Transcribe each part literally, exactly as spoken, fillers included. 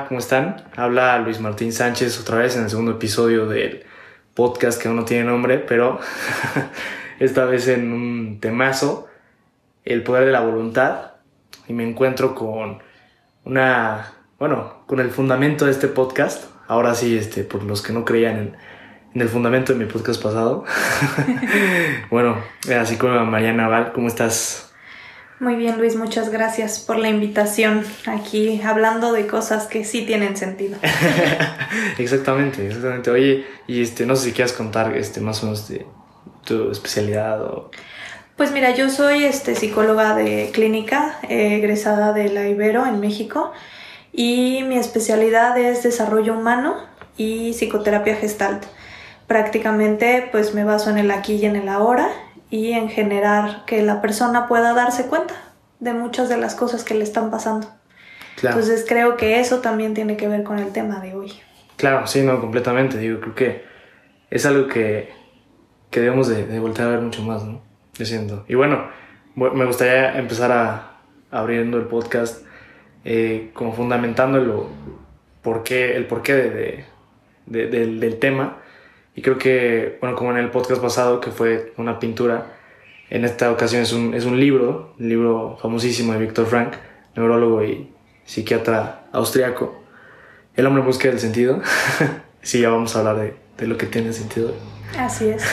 Hola, ¿cómo están? Habla Luis Martín Sánchez otra vez en el segundo episodio del podcast que aún no tiene nombre, pero esta vez en un temazo, el poder de la voluntad, y me encuentro con una, bueno, con el fundamento de este podcast. Ahora sí, este, por los que no creían en, en el fundamento de mi podcast pasado. Bueno, la psicóloga Mariana Val, ¿cómo estás? Muy bien, Luis, muchas gracias por la invitación aquí, hablando de cosas que sí tienen sentido. Exactamente, exactamente. Oye, y este, no sé si quieras contar este, más o menos de tu especialidad o... Pues mira, yo soy este, psicóloga de clínica, eh, egresada de la Ibero en México, y mi especialidad es desarrollo humano y psicoterapia gestalt. Prácticamente pues me baso en el aquí y en el ahora y en generar que la persona pueda darse cuenta de muchas de las cosas que le están pasando. Claro. Entonces creo que eso también tiene que ver con el tema de hoy. Claro, sí, no, completamente. Digo, creo que es algo que, que debemos de, de voltear a ver mucho más, ¿no? Yo siento. Y bueno, me gustaría empezar a abriendo el podcast eh, como fundamentando el porqué, el porqué de, de, de, del, del tema. Y creo que, bueno, como en el podcast pasado, que fue una pintura, en esta ocasión es un, es un libro, un libro famosísimo de Viktor Frankl, neurólogo y psiquiatra austriaco. El hombre en busca del sentido. Sí, ya vamos a hablar de, de lo que tiene sentido. Así es.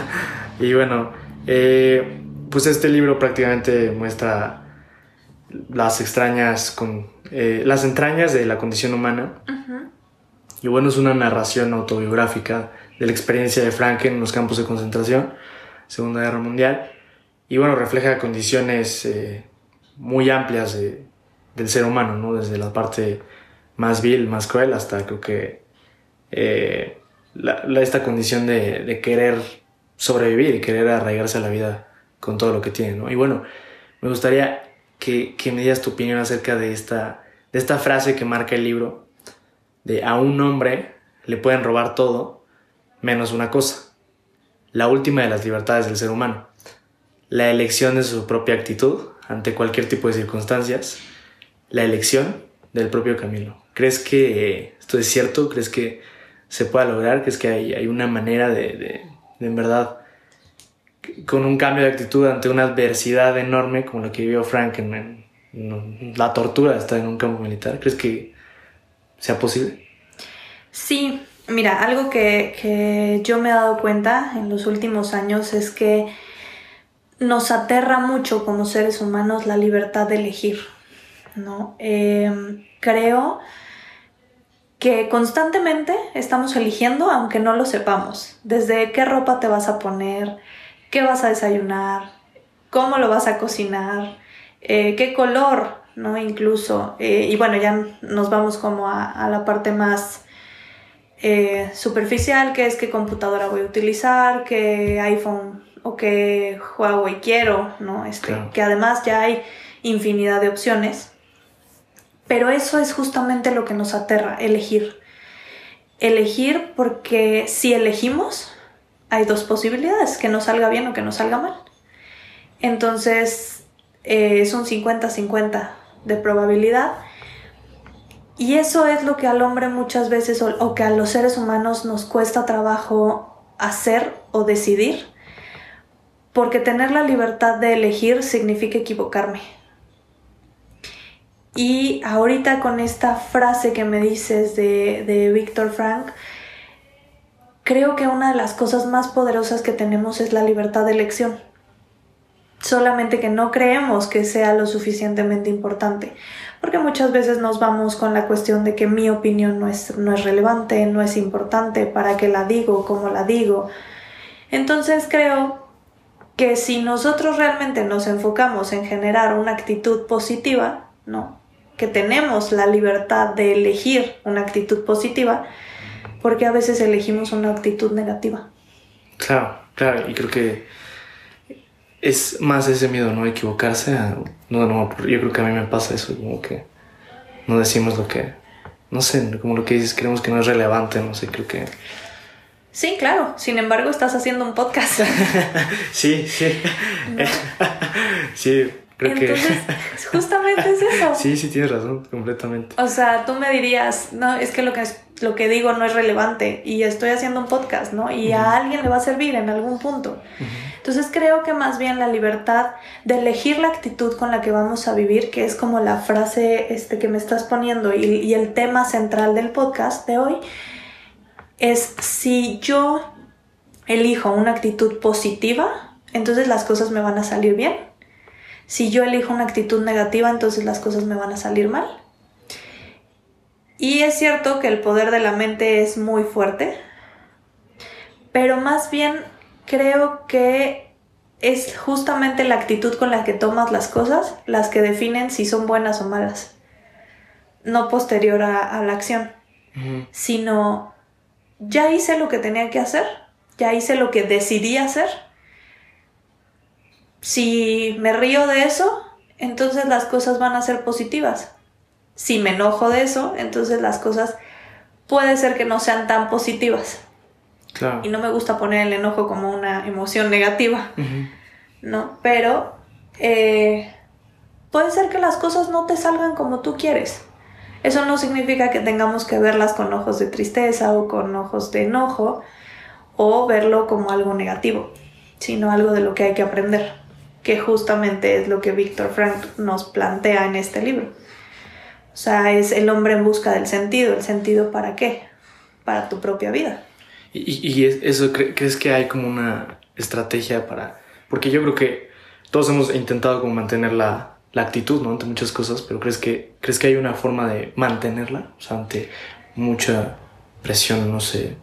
Y bueno, eh, pues este libro prácticamente muestra las extrañas, con, eh, las entrañas de la condición humana. Uh-huh. Y bueno, es una narración autobiográfica de la experiencia de Frankl en los campos de concentración, Segunda Guerra Mundial. Y bueno, refleja condiciones eh, muy amplias de, del ser humano, ¿no? Desde la parte más vil, más cruel, hasta creo que eh, la, la, esta condición de, de querer sobrevivir y querer arraigarse a la vida con todo lo que tiene, ¿no? Y bueno, me gustaría que, que me dieras tu opinión acerca de esta, de esta frase que marca el libro, de a un hombre le pueden robar todo menos una cosa, la última de las libertades del ser humano, la elección de su propia actitud ante cualquier tipo de circunstancias, la elección del propio camino. ¿Crees que esto es cierto? ¿Crees que se pueda lograr? ¿Crees que hay, hay una manera de, de, de, en verdad, con un cambio de actitud ante una adversidad enorme como la que vivió Frank en, en, en la tortura de estar en un campo militar? ¿Crees que sea posible? Sí, mira, algo que, que yo me he dado cuenta en los últimos años es que nos aterra mucho como seres humanos la libertad de elegir, ¿no? Eh, creo que constantemente estamos eligiendo aunque no lo sepamos. Desde qué ropa te vas a poner, qué vas a desayunar, cómo lo vas a cocinar, eh, qué color, ¿no? Incluso, eh, y bueno, ya nos vamos como a, a la parte más eh, superficial, que es qué computadora voy a utilizar, qué iPhone o qué Huawei quiero, ¿no? Este, claro. Que además ya hay infinidad de opciones. Pero eso es justamente lo que nos aterra, elegir. Elegir porque si elegimos, hay dos posibilidades, que nos salga bien o que nos salga mal. Entonces, eh, es un cincuenta cincuenta de probabilidad. Y eso es lo que al hombre muchas veces, o, o que a los seres humanos nos cuesta trabajo hacer o decidir. Porque tener la libertad de elegir significa equivocarme. Y ahorita con esta frase que me dices de, de Viktor Frankl, creo que una de las cosas más poderosas que tenemos es la libertad de elección. Solamente que no creemos que sea lo suficientemente importante, porque muchas veces nos vamos con la cuestión de que mi opinión no es, no es relevante, no es importante, para qué la digo, cómo la digo. Entonces creo que si nosotros realmente nos enfocamos en generar una actitud positiva, ¿no? Que tenemos la libertad de elegir una actitud positiva, porque a veces elegimos una actitud negativa. Claro, claro, y creo que es más ese miedo, ¿no? Equivocarse. A, no, no, yo creo que a mí me pasa eso, como que no decimos lo que, no sé, como lo que dices, creemos que no es relevante, no sé, creo que... Sí, claro, sin embargo estás haciendo un podcast. Sí, sí. No. Sí, Creo Entonces, que... justamente es eso. Sí, sí, tienes razón, completamente. O sea, tú me dirías, no, es que lo que, es, lo que digo no es relevante y estoy haciendo un podcast, ¿no? Y uh-huh. a alguien le va a servir en algún punto. Uh-huh. Entonces creo que más bien la libertad de elegir la actitud con la que vamos a vivir, que es como la frase este, que me estás poniendo y, y el tema central del podcast de hoy, es si yo elijo una actitud positiva, entonces las cosas me van a salir bien. Si yo elijo una actitud negativa, entonces las cosas me van a salir mal. Y es cierto que el poder de la mente es muy fuerte, pero más bien creo que es justamente la actitud con la que tomas las cosas las que definen si son buenas o malas. No posterior a, a la acción, uh-huh. sino ya hice lo que tenía que hacer, ya hice lo que decidí hacer. Si me río de eso, entonces las cosas van a ser positivas. Si me enojo de eso, entonces las cosas puede ser que no sean tan positivas. Claro. Y no me gusta poner el enojo como una emoción negativa, uh-huh. ¿no? Pero eh, puede ser que las cosas no te salgan como tú quieres. Eso no significa que tengamos que verlas con ojos de tristeza o con ojos de enojo o verlo como algo negativo, sino algo de lo que hay que aprender, que justamente es lo que Viktor Frankl nos plantea en este libro. O sea, es el hombre en busca del sentido. ¿El sentido para qué? Para tu propia vida. ¿Y, y eso crees que hay como una estrategia para...? Porque yo creo que todos hemos intentado como mantener la, la actitud, ¿no? Ante muchas cosas, pero ¿crees que, ¿crees que hay una forma de mantenerla? O sea, ante mucha presión, no sé.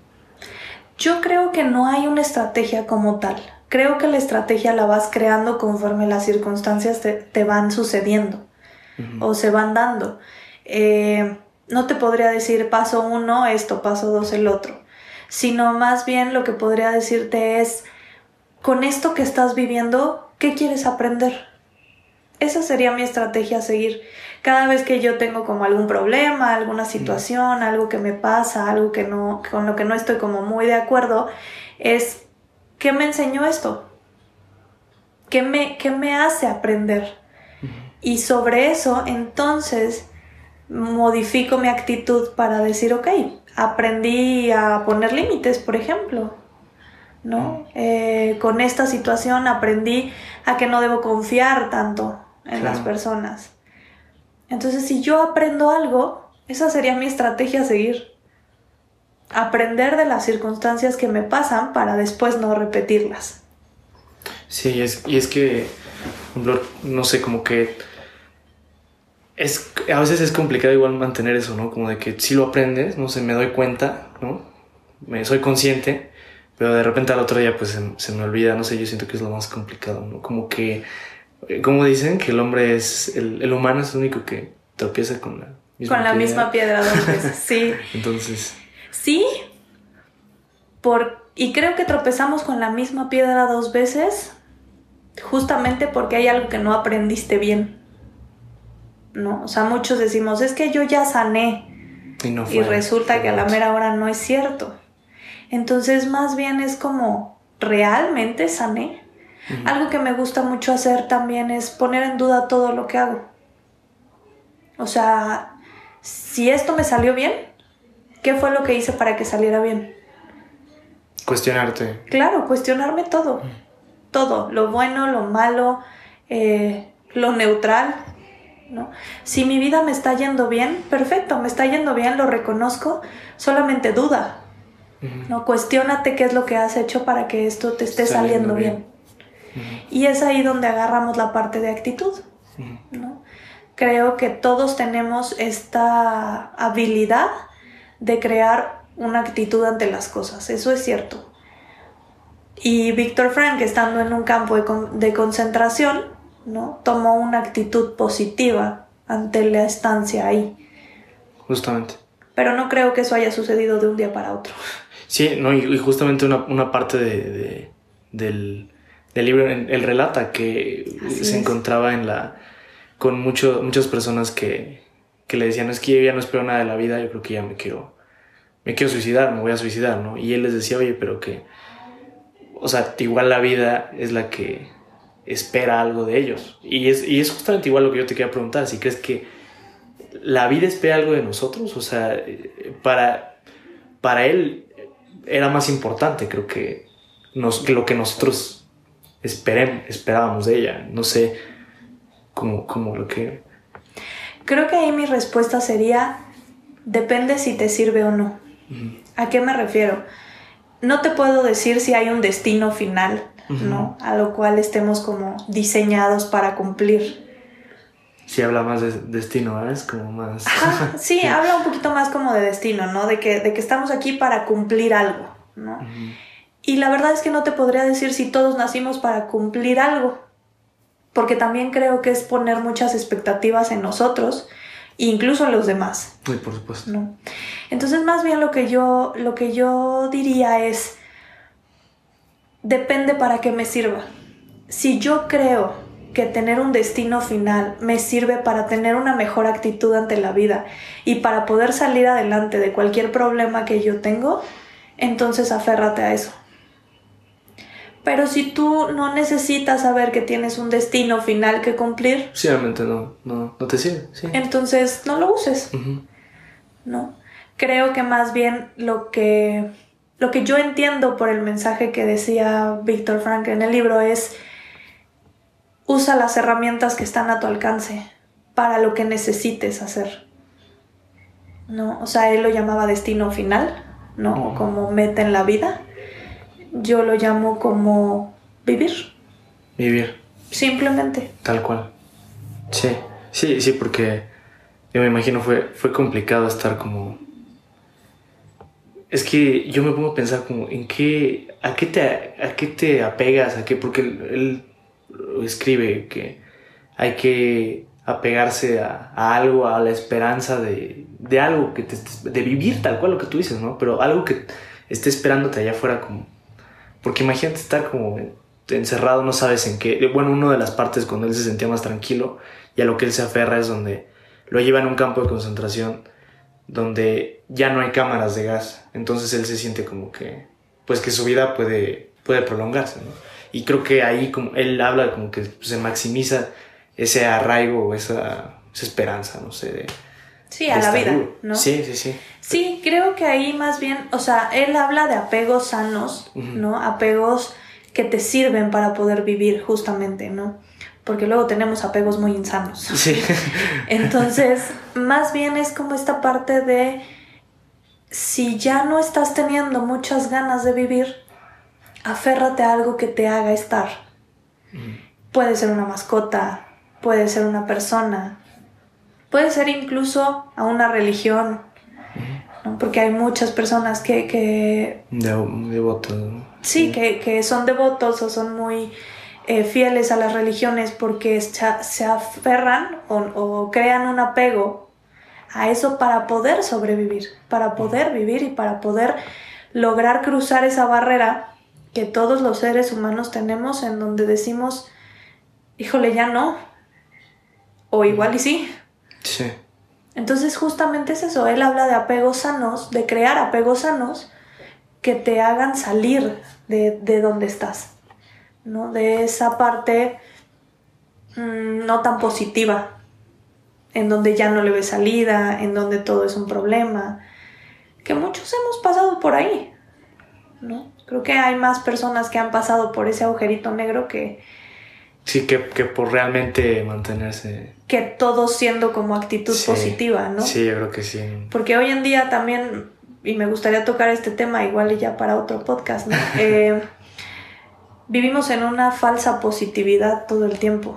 Yo creo que no hay una estrategia como tal. Creo que la estrategia la vas creando conforme las circunstancias te, te van sucediendo uh-huh. o se van dando. Eh, no te podría decir paso uno esto, paso dos el otro, sino más bien lo que podría decirte es, con esto que estás viviendo, ¿qué quieres aprender? Esa sería mi estrategia a seguir. Cada vez que yo tengo como algún problema, alguna situación, uh-huh. algo que me pasa, algo que no, con lo que no estoy como muy de acuerdo, es... ¿qué me enseñó esto? ¿Qué me, qué me hace aprender? Uh-huh. Y sobre eso, entonces, modifico mi actitud para decir, ok, aprendí a poner límites, por ejemplo, ¿no? Uh-huh. Eh, con esta situación aprendí a que no debo confiar tanto en claro. las personas. Entonces, si yo aprendo algo, esa sería mi estrategia a seguir. Aprender de las circunstancias que me pasan para después no repetirlas. Sí, es, y es que, no sé, como que es, a veces es complicado igual mantener eso, ¿no? Como de que si lo aprendes, no sé, me doy cuenta, ¿no? Me, soy consciente, pero de repente al otro día pues se, se me olvida, no sé, yo siento que es lo más complicado, ¿no? Como que, como dicen, que el hombre es, el, el humano es el único que tropieza con la misma Con la piedra. misma piedra dos veces, sí. Entonces... Sí, por, y creo que tropezamos con la misma piedra dos veces justamente porque hay algo que no aprendiste bien, ¿no? O sea, muchos decimos, es que yo ya sané y, no fue, y resulta fue que a la mera hora no es cierto. Entonces más bien es como, ¿realmente sané? Uh-huh. Algo que me gusta mucho hacer también es poner en duda todo lo que hago. O sea, si esto me salió bien, ¿qué fue lo que hice para que saliera bien? Cuestionarte. Claro, cuestionarme todo. Mm. Todo. Lo bueno, lo malo, eh, lo neutral, ¿no? Si mi vida me está yendo bien, perfecto, me está yendo bien, lo reconozco. Solamente duda. Uh-huh. ¿No? Cuestiónate qué es lo que has hecho para que esto te esté saliendo, saliendo bien. bien. Uh-huh. Y es ahí donde agarramos la parte de actitud, uh-huh. ¿no? Creo que todos tenemos esta habilidad de crear una actitud ante las cosas, eso es cierto. Y Viktor Frankl, estando en un campo de, con, de concentración, ¿no? Tomó una actitud positiva ante la estancia ahí. Justamente. Pero no creo que eso haya sucedido de un día para otro. Sí, no, y, y justamente una, una parte de, de, del, del libro, él relata que Así se es. encontraba en la, con mucho, muchas personas que... que le decían, es que yo ya no espero nada de la vida, yo creo que ya me quiero, me quiero suicidar, me voy a suicidar, ¿no? Y él les decía, oye, pero que, o sea, igual la vida es la que espera algo de ellos. Y es, y es justamente igual lo que yo te quería preguntar, si crees que la vida espera algo de nosotros, o sea, para, para él era más importante, creo que, nos, que lo que nosotros esperem, esperábamos de ella, no sé, como, como lo que... Creo que ahí mi respuesta sería, depende si te sirve o no. Uh-huh. ¿A qué me refiero? No te puedo decir si hay un destino final, uh-huh. ¿no? A lo cual estemos como diseñados para cumplir. Sí, habla más de destino, ¿eh? Es como más... Ajá, sí, habla un poquito más como de destino, ¿no? De que, de que estamos aquí para cumplir algo, ¿no? Uh-huh. Y la verdad es que no te podría decir si todos nacimos para cumplir algo, porque también creo que es poner muchas expectativas en nosotros, incluso en los demás. Sí, por supuesto. ¿No? Entonces, más bien lo que yo, lo que yo diría es, depende para qué me sirva. Si yo creo que tener un destino final me sirve para tener una mejor actitud ante la vida y para poder salir adelante de cualquier problema que yo tengo, entonces aférrate a eso. Pero si tú no necesitas saber que tienes un destino final que cumplir, sí, realmente no, no, no te sirve, sí. Entonces no lo uses, uh-huh. ¿no? Creo que más bien lo que, lo que yo entiendo por el mensaje que decía Viktor Frankl en el libro es: usa las herramientas que están a tu alcance para lo que necesites hacer, ¿no? O sea, él lo llamaba destino final, ¿no? Uh-huh. Como meta en la vida. Yo lo llamo como vivir. Vivir. Simplemente. Tal cual. Sí, sí, sí, porque yo me imagino fue, fue complicado estar como... Es que yo me pongo a pensar como en qué... ¿A qué te, a qué te apegas? ¿A qué? Porque él, él escribe que hay que apegarse a, a algo, a la esperanza de, de algo que te... De vivir tal cual lo que tú dices, ¿no? Pero algo que esté esperándote allá afuera como... Porque imagínate estar como encerrado, no sabes en qué... Bueno, una de las partes cuando él se sentía más tranquilo y a lo que él se aferra es donde lo llevan a un campo de concentración donde ya no hay cámaras de gas. Entonces él se siente como que... Pues que su vida puede, puede prolongarse, ¿no? Y creo que ahí como él habla como que se maximiza ese arraigo o esa, esa esperanza, no sé, de... Sí, a la vida, ¿no? Sí, sí, sí. Sí, creo que ahí más bien, o sea, él habla de apegos sanos, uh-huh. ¿no? Apegos que te sirven para poder vivir, justamente, ¿no? Porque luego tenemos apegos muy insanos. Sí. Entonces, más bien es como esta parte de, si ya no estás teniendo muchas ganas de vivir, aférrate a algo que te haga estar. Uh-huh. Puede ser una mascota, puede ser una persona, puede ser incluso a una religión, ¿no? Porque hay muchas personas que... que de, devotos, ¿no? Sí, sí. Que, que son devotos o son muy eh, fieles a las religiones porque se, se aferran o, o crean un apego a eso para poder sobrevivir, para poder vivir y para poder lograr cruzar esa barrera que todos los seres humanos tenemos, en donde decimos, híjole, ya no, o igual y sí. Sí. Entonces justamente es eso, él habla de apegos sanos, de crear apegos sanos que te hagan salir de, de donde estás, ¿no? De esa parte mmm, no tan positiva, en donde ya no le ves salida, en donde todo es un problema, que muchos hemos pasado por ahí, ¿no? Creo que hay más personas que han pasado por ese agujerito negro que... Sí, que, que por realmente mantenerse... Que todo siendo como actitud sí, positiva, ¿no? Sí, yo creo que sí. Porque hoy en día también, y me gustaría tocar este tema igual y ya para otro podcast, ¿no? eh, vivimos en una falsa positividad todo el tiempo.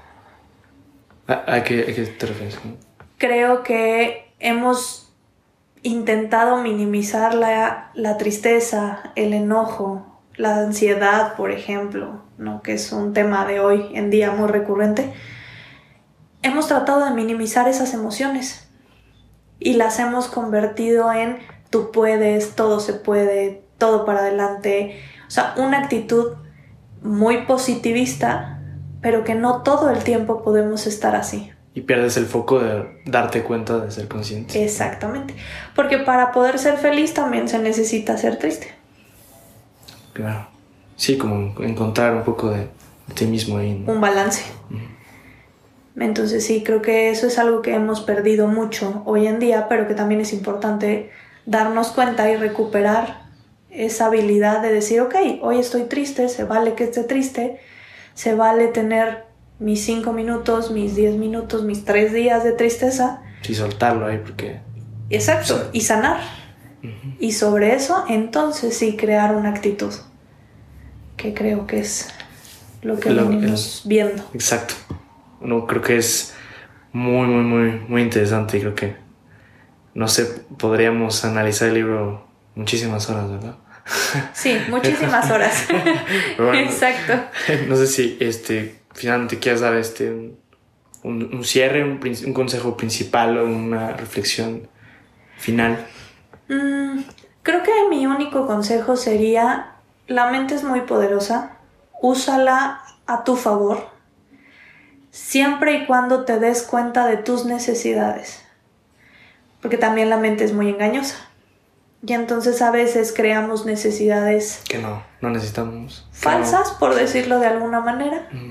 ¿A, a, qué, a qué te refieres? Creo que hemos intentado minimizar la, la tristeza, el enojo, la ansiedad, por ejemplo, ¿no? Que es un tema de hoy en día muy recurrente. Hemos tratado de minimizar esas emociones y las hemos convertido en tú puedes, todo se puede, todo para adelante. O sea, una actitud muy positivista, pero que no todo el tiempo podemos estar así. Y pierdes el foco de darte cuenta, de ser consciente. Exactamente. Porque para poder ser feliz también se necesita ser triste. Claro. Sí, como encontrar un poco de, de ti mismo ahí, ¿no? Un balance. Uh-huh. Entonces sí, creo que eso es algo que hemos perdido mucho hoy en día, pero que también es importante darnos cuenta y recuperar esa habilidad de decir, ok, hoy estoy triste, se vale que esté triste, se vale tener mis cinco minutos, mis diez minutos, mis tres días de tristeza. Sí, soltarlo ahí porque... Exacto, sí. Y sanar. Uh-huh. Y sobre eso, entonces sí, crear una actitud, que creo que es lo que lo, venimos el, viendo. Exacto. No, creo que es muy, muy, muy, muy interesante y creo que, no sé, podríamos analizar el libro muchísimas horas, ¿verdad? Sí, muchísimas horas. Bueno, exacto. No sé si este, finalmente quieres dar este, un, un cierre, un, un consejo principal o una reflexión final. Mm, creo que mi único consejo sería, la mente es muy poderosa, úsala a tu favor, siempre y cuando te des cuenta de tus necesidades, porque también la mente es muy engañosa. Y entonces a veces creamos necesidades que no, no necesitamos. Falsas, no. por decirlo de alguna manera. Uh-huh.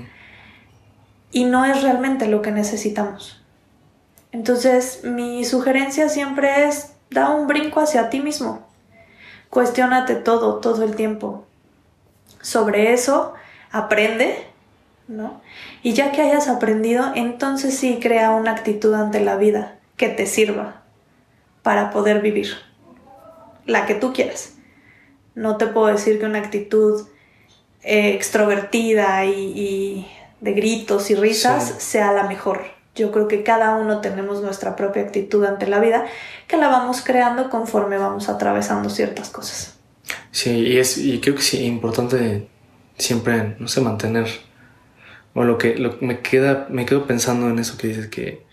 Y no es realmente lo que necesitamos. Entonces mi sugerencia siempre es, da un brinco hacia ti mismo. Cuestiónate todo, todo el tiempo. Sobre eso, aprende, ¿no? Y ya que hayas aprendido, entonces sí crea una actitud ante la vida que te sirva para poder vivir. La que tú quieras. No te puedo decir que una actitud eh, extrovertida y, y de gritos y risas sí. sea la mejor. Yo creo que cada uno tenemos nuestra propia actitud ante la vida, que la vamos creando conforme vamos atravesando ciertas cosas. Sí, y, es, y creo que sí, es importante siempre, no sé, mantener... Bueno, lo que lo, me, queda, me quedo pensando en eso que dices, que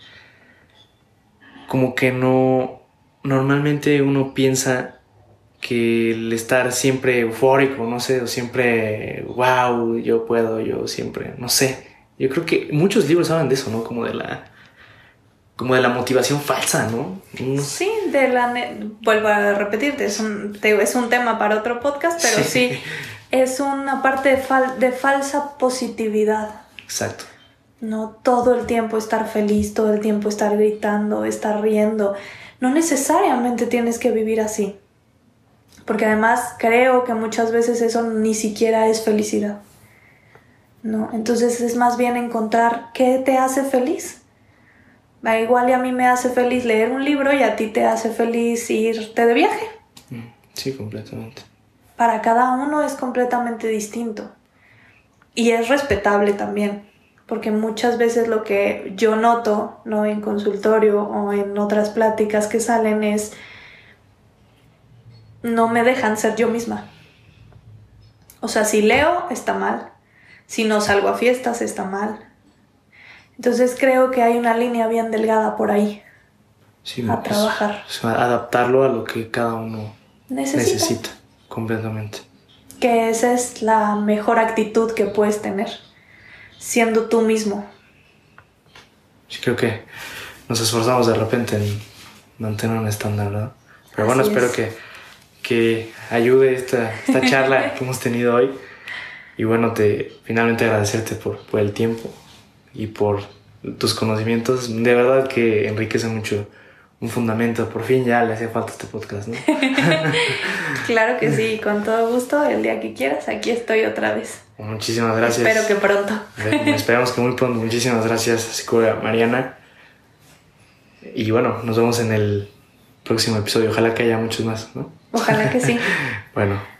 como que no... Normalmente uno piensa que el estar siempre eufórico, no sé, o siempre, wow, yo puedo, yo siempre, no sé. Yo creo que muchos libros hablan de eso, ¿no? Como de la, como de la motivación falsa, ¿no? No sí, de la, ne- vuelvo a repetirte, es un, te, es un tema para otro podcast, pero sí, sí es una parte de, fal, de falsa positividad. Exacto. No todo el tiempo estar feliz, todo el tiempo estar gritando, estar riendo. No necesariamente tienes que vivir así. Porque además creo que muchas veces eso ni siquiera es felicidad, ¿no? Entonces es más bien encontrar qué te hace feliz. Igual y a mí me hace feliz leer un libro y a ti te hace feliz irte de viaje. Sí, completamente. Para cada uno es completamente distinto. Y es respetable también. Porque muchas veces lo que yo noto, ¿no? En consultorio o en otras pláticas que salen es... no me dejan ser yo misma. O sea, si leo, está mal. Si no salgo a fiestas, está mal. Entonces creo que hay una línea bien delgada por ahí. Sí, a trabajar. Es, es adaptarlo a lo que cada uno necesita. necesita, completamente. Que esa es la mejor actitud que puedes tener, siendo tú mismo. Sí, creo que nos esforzamos de repente en mantener un estándar, ¿verdad? Pero bueno, Así espero es. que que ayude esta, esta charla que hemos tenido hoy. Y bueno, te finalmente agradecerte por, por el tiempo y por tus conocimientos. De verdad que enriquece mucho un fundamento. Por fin ya le hacía falta este podcast, ¿no? Claro que sí, con todo gusto. El día que quieras, aquí estoy otra vez. Muchísimas gracias. Espero que pronto. Esperamos que muy pronto. Muchísimas gracias, psicóloga Mariana. Y bueno, nos vemos en el próximo episodio. Ojalá que haya muchos más, ¿no? Ojalá que sí. Bueno.